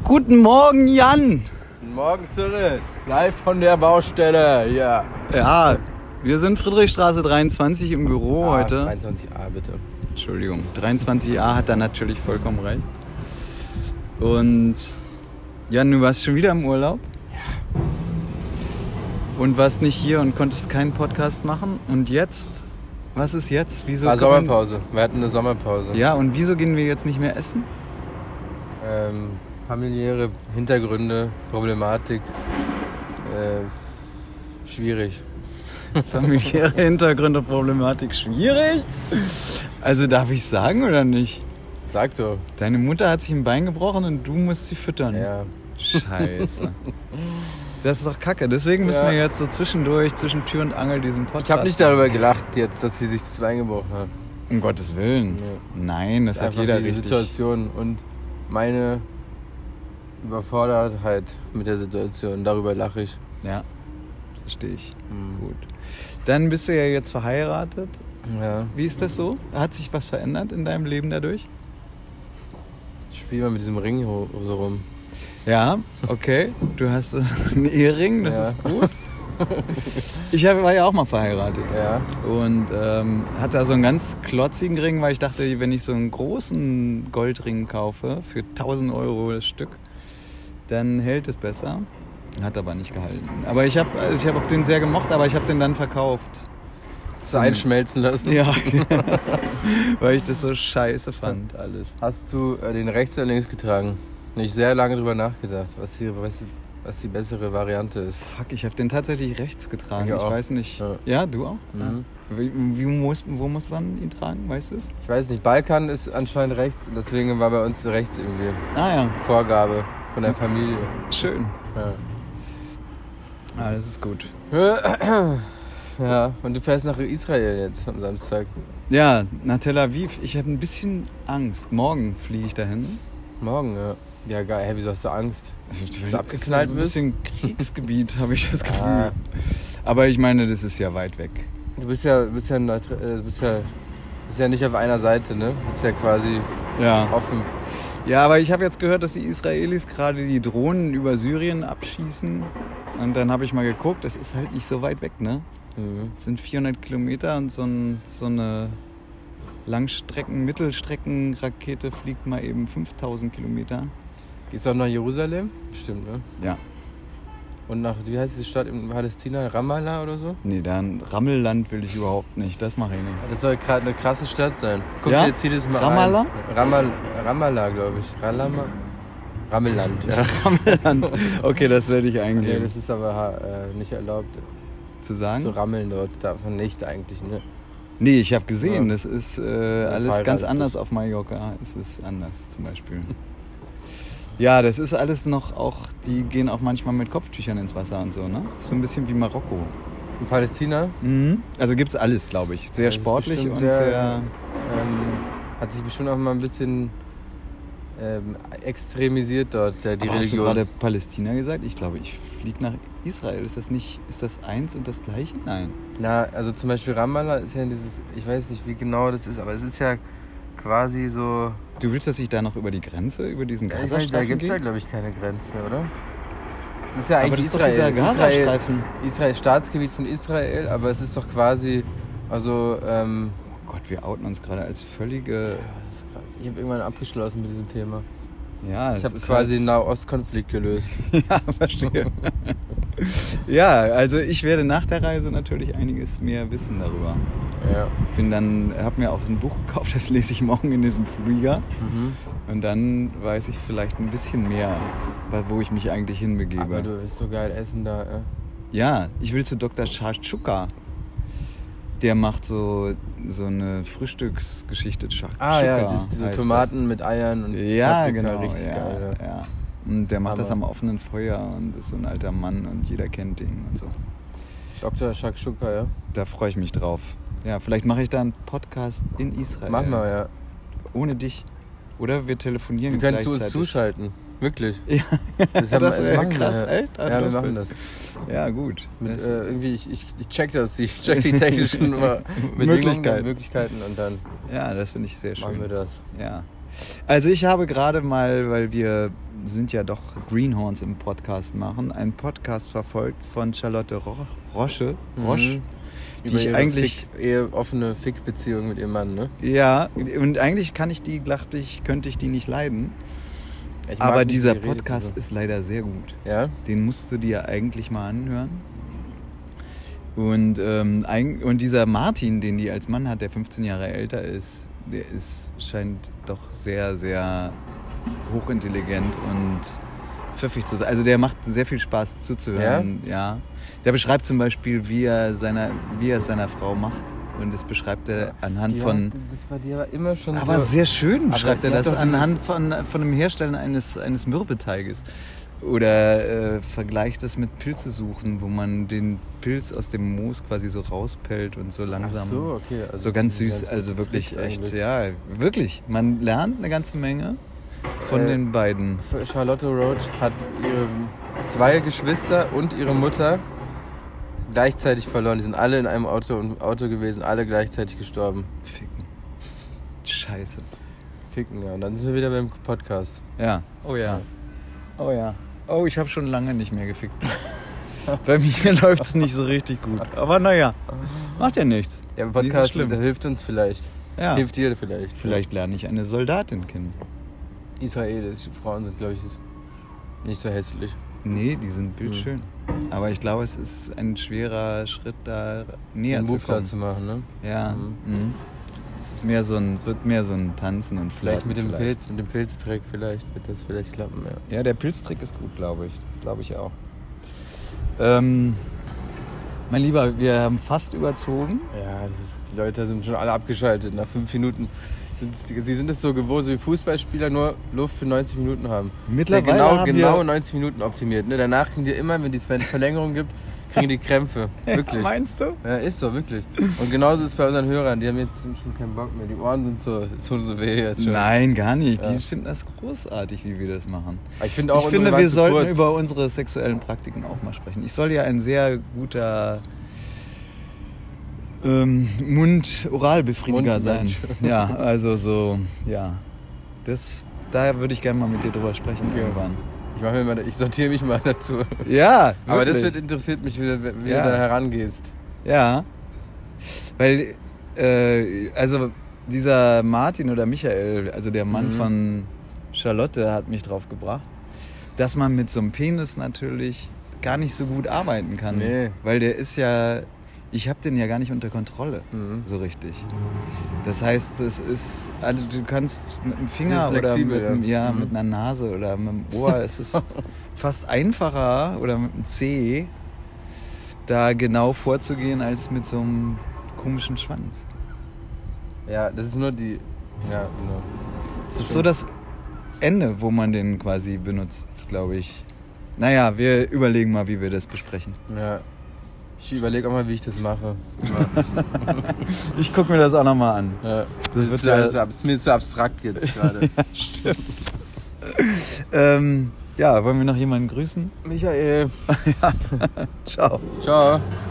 Guten Morgen, Jan. Guten Morgen, Cyril. Live von der Baustelle, ja. Ja, wir sind Friedrichstraße 23 im Büro heute. 23a, bitte. Entschuldigung, 23a hat da natürlich vollkommen recht. Und Jan, du warst schon wieder im Urlaub? Ja. Und warst nicht hier und konntest keinen Podcast machen. Und jetzt? Was ist jetzt? Wieso? War Sommerpause. Wir hatten eine Sommerpause. Ja, und wieso gehen wir jetzt nicht mehr essen? Familiäre Hintergründe, Problematik, schwierig. Familiäre Hintergründe, Problematik, schwierig? Also darf ich sagen oder nicht? Sag doch. Deine Mutter hat sich ein Bein gebrochen und du musst sie füttern. Ja. Scheiße. Das ist doch kacke. Deswegen müssen wir jetzt so zwischendurch, zwischen Tür und Angel diesen Podcast Ich habe nicht darüber gelacht jetzt, dass sie sich das Bein gebrochen hat. Um Gottes Willen. Nee. Nein, das hat jeder die richtig. Situation und meine Überfordertheit mit der Situation, darüber lache ich. Ja, verstehe ich. Gut. Dann bist du ja jetzt verheiratet. Ja. Wie ist das so? Hat sich was verändert in deinem Leben dadurch? Ich spiele mal mit diesem Ring so rum. Ja, okay. Du hast einen Ehering, das ist gut. Ich war ja auch mal verheiratet. Ja. Und hatte da so einen ganz klotzigen Ring, weil ich dachte, wenn ich so einen großen Goldring kaufe für 1.000 Euro das Stück, dann hält es besser. Hat aber nicht gehalten. Aber ich hab auch den sehr gemocht, aber ich habe den dann verkauft. Einschmelzen lassen. Ja, weil ich das so scheiße fand, alles. Hast du den rechts oder links getragen? Nicht sehr lange drüber nachgedacht, was die bessere Variante ist. Fuck, ich habe den tatsächlich rechts getragen. Ich auch. Weiß nicht. Ja, ja du auch? Mhm. Wo muss man ihn tragen, weißt du es? Ich weiß nicht, Balkan ist anscheinend rechts und deswegen war bei uns rechts irgendwie Ja. Vorgabe von der Familie. Schön. Ja. Ah, das ist gut. Ja, und du fährst nach Israel jetzt am Samstag. Ja, nach Tel Aviv. Ich habe ein bisschen Angst. Morgen fliege ich dahin. Morgen, ja. Ja, geil. Hä, wieso hast du Angst? Weil du abgeknallt so ein bist? bisschen Kriegsgebiet, habe ich das Gefühl. Ah. Aber ich meine, das ist ja weit weg. Du bist ja nicht auf einer Seite, ne? Du bist ja quasi offen. Ja, aber ich habe jetzt gehört, dass die Israelis gerade die Drohnen über Syrien abschießen. Und dann habe ich mal geguckt, das ist halt nicht so weit weg, ne? Mhm. Das sind 400 Kilometer und so eine Mittelstreckenrakete fliegt mal eben 5000 Kilometer. Gehst du auch nach Jerusalem? Bestimmt, ne? Ja. Und nach, wie heißt die Stadt in Palästina? Ramallah oder so? Nee, dann Rammelland will ich überhaupt nicht. Das mache ich nicht. Das soll gerade eine krasse Stadt sein. Guck Ja? dir, zieh das mal Ramallah? rein. Ramallah, glaube ich. Rammelland. Ja. Rammelland. Okay, das werde ich Nee, eingeben. das ist aber nicht erlaubt Zu sagen? zu rammeln dort. Davon nicht eigentlich, ne? Nee, ich habe gesehen, Ja. das ist alles verheiratet ganz anders bist. auf Mallorca. Es ist anders zum Beispiel. Ja, das ist alles noch auch, die gehen auch manchmal mit Kopftüchern ins Wasser und so, ne? So ein bisschen wie Marokko. In Palästina? Mhm. Also gibt's alles, glaube ich. Sehr Das ist sportlich bestimmt und sehr... hat sich bestimmt auch mal ein bisschen extremisiert dort, die Aber hast du Religion. gerade Palästina gesagt? Ich glaube, ich fliege nach Israel. Ist das eins und das gleiche? Nein. Na, also zum Beispiel Ramallah ist ja dieses, ich weiß nicht, wie genau das ist, aber es ist ja quasi so... Du willst, dass ich da noch über die Grenze, über diesen Da Gazastreifen gibt es ja, gehe? glaube ich, keine Grenze, oder? Es ist ja eigentlich Aber das ist doch dieser Gazastreifen. Israel, Staatsgebiet von Israel, aber es ist doch quasi, also... Oh Gott, wir outen uns gerade als völlige... das ist krass. Ich habe irgendwann abgeschlossen mit diesem Thema. Ja, Ich habe quasi den Nahostkonflikt gelöst. Ja, verstehe. Ja, also ich werde nach der Reise natürlich einiges mehr wissen darüber. Ja. Habe mir auch ein Buch gekauft, das lese ich morgen in diesem Flieger. Mhm. Und dann weiß ich vielleicht ein bisschen mehr, wo ich mich eigentlich hinbegebe. Aber du bist so geil essen da, ja. Ja, ich will zu Dr. Shashuka. Der macht so eine Frühstücksgeschichte. Ja, diese Tomaten mit Eiern und ja, Paprika, genau, richtig geil. ja. Und der macht das Hammer. am offenen Feuer und ist so ein alter Mann und jeder kennt ihn und so. Dr. Shakshuka, ja. Da freue ich mich drauf. Ja, vielleicht mache ich da einen Podcast in Israel. Mach mal, ja. Ohne dich. Oder wir telefonieren Wir können zu gleichzeitig. uns zuschalten. Wirklich. Ja, das wäre krass, wir. echt? Ja, wir machen das. Ja, gut. Mit, irgendwie, ich check das, ich check die technischen Möglichkeiten und dann Ja, das finde ich sehr schön. machen wir das. Ja. Also ich habe gerade mal, weil wir sind ja doch Greenhorns im Podcast machen, einen Podcast verfolgt von Charlotte Roche, die Über ich ihre eigentlich... offene Fick-Beziehung mit ihrem Mann, ne? Ja, und eigentlich könnte ich die nicht leiden. Aber dieser Podcast ist leider sehr gut. Ja? Den musst du dir eigentlich mal anhören. Und dieser Martin, den die als Mann hat, der 15 Jahre älter ist, scheint doch sehr, sehr hochintelligent und pfiffig zu sein. Also der macht sehr viel Spaß zuzuhören. Ja. Der beschreibt zum Beispiel, wie er es seiner Frau macht. Und das beschreibt er anhand von... Die war immer schon aber so... sehr schön beschreibt er das anhand dieses... von dem Herstellen eines Mürbeteigis. Oder vergleicht das mit Pilze suchen, wo man den Pilz aus dem Moos quasi so rauspellt und so langsam. Ach so, okay. Also so ganz süß, also wirklich echt, eigentlich. ja, wirklich. Man lernt eine ganze Menge von den beiden. Charlotte Roche hat ihre 2 Geschwister und ihre Mutter gleichzeitig verloren. Die sind alle in einem Auto gewesen, alle gleichzeitig gestorben. Ficken. Scheiße. Ficken, ja. Und dann sind wir wieder beim Podcast. Ja. Oh ja. Oh ja. Oh, ich habe schon lange nicht mehr gefickt. Bei mir läuft es nicht so richtig gut. Aber naja, macht ja nichts. Der Podcast der hilft uns vielleicht. Ja. Hilft dir vielleicht. Vielleicht lerne ich eine Soldatin kennen. Israelische Frauen sind, glaube ich, nicht so hässlich. Nee, die sind bildschön. Aber ich glaube, es ist ein schwerer Schritt, da näher zu kommen. zu machen, ne? Ja. Mhm. Es ist wird mehr so ein Tanzen und vielleicht Flirten. mit dem Pilztrick vielleicht wird das vielleicht klappen, ja. Ja, der Pilztrick ist gut, glaube ich. Das glaube ich auch. Mein Lieber, wir haben fast überzogen. Ja, die Leute sind schon alle abgeschaltet. Nach 5 Minuten sie sind es so gewohnt, so wie Fußballspieler nur Luft für 90 Minuten haben. Mittlerweile genau 90 Minuten optimiert. Ne? Danach kriegen die immer, wenn es Verlängerung gibt, kriegen die Krämpfe. Wirklich. Ja, meinst du? Ja, ist so, wirklich. Und genauso ist es bei unseren Hörern. Die haben jetzt schon keinen Bock mehr. Die Ohren tun so weh jetzt schon. Nein, gar nicht. Ja. Die finden das großartig, wie wir das machen. Ich finde, wir sollten über unsere sexuellen Praktiken auch mal sprechen. Ich soll ja ein sehr guter Mund-Oral-Befriediger sein. Ja, also so, ja. Da würde ich gerne mal mit dir drüber sprechen irgendwann. Ich sortiere mich mal dazu. Ja, wirklich. Aber das interessiert mich, wie du da herangehst. Ja, weil, also dieser Martin oder Michael, also der Mann von Charlotte, hat mich drauf gebracht, dass man mit so einem Penis natürlich gar nicht so gut arbeiten kann. Nee. Weil der ist ja... Ich habe den ja gar nicht unter Kontrolle, so richtig. Das heißt, du kannst mit dem Finger oder mit einer Nase oder mit dem Ohr, es ist fast einfacher oder mit dem Zeh da genau vorzugehen als mit so einem komischen Schwanz. Ja, das ist nur die... Ja, genau. Das ist so das Ende, wo man den quasi benutzt, glaube ich. Naja, wir überlegen mal, wie wir das besprechen. Ja. Ich überlege auch mal, wie ich das mache. Ich gucke mir das auch nochmal an. Ja. Das ist mir zu abstrakt jetzt gerade. Ja, stimmt. Wollen wir noch jemanden grüßen? Michael. Ja. Ciao. Ciao.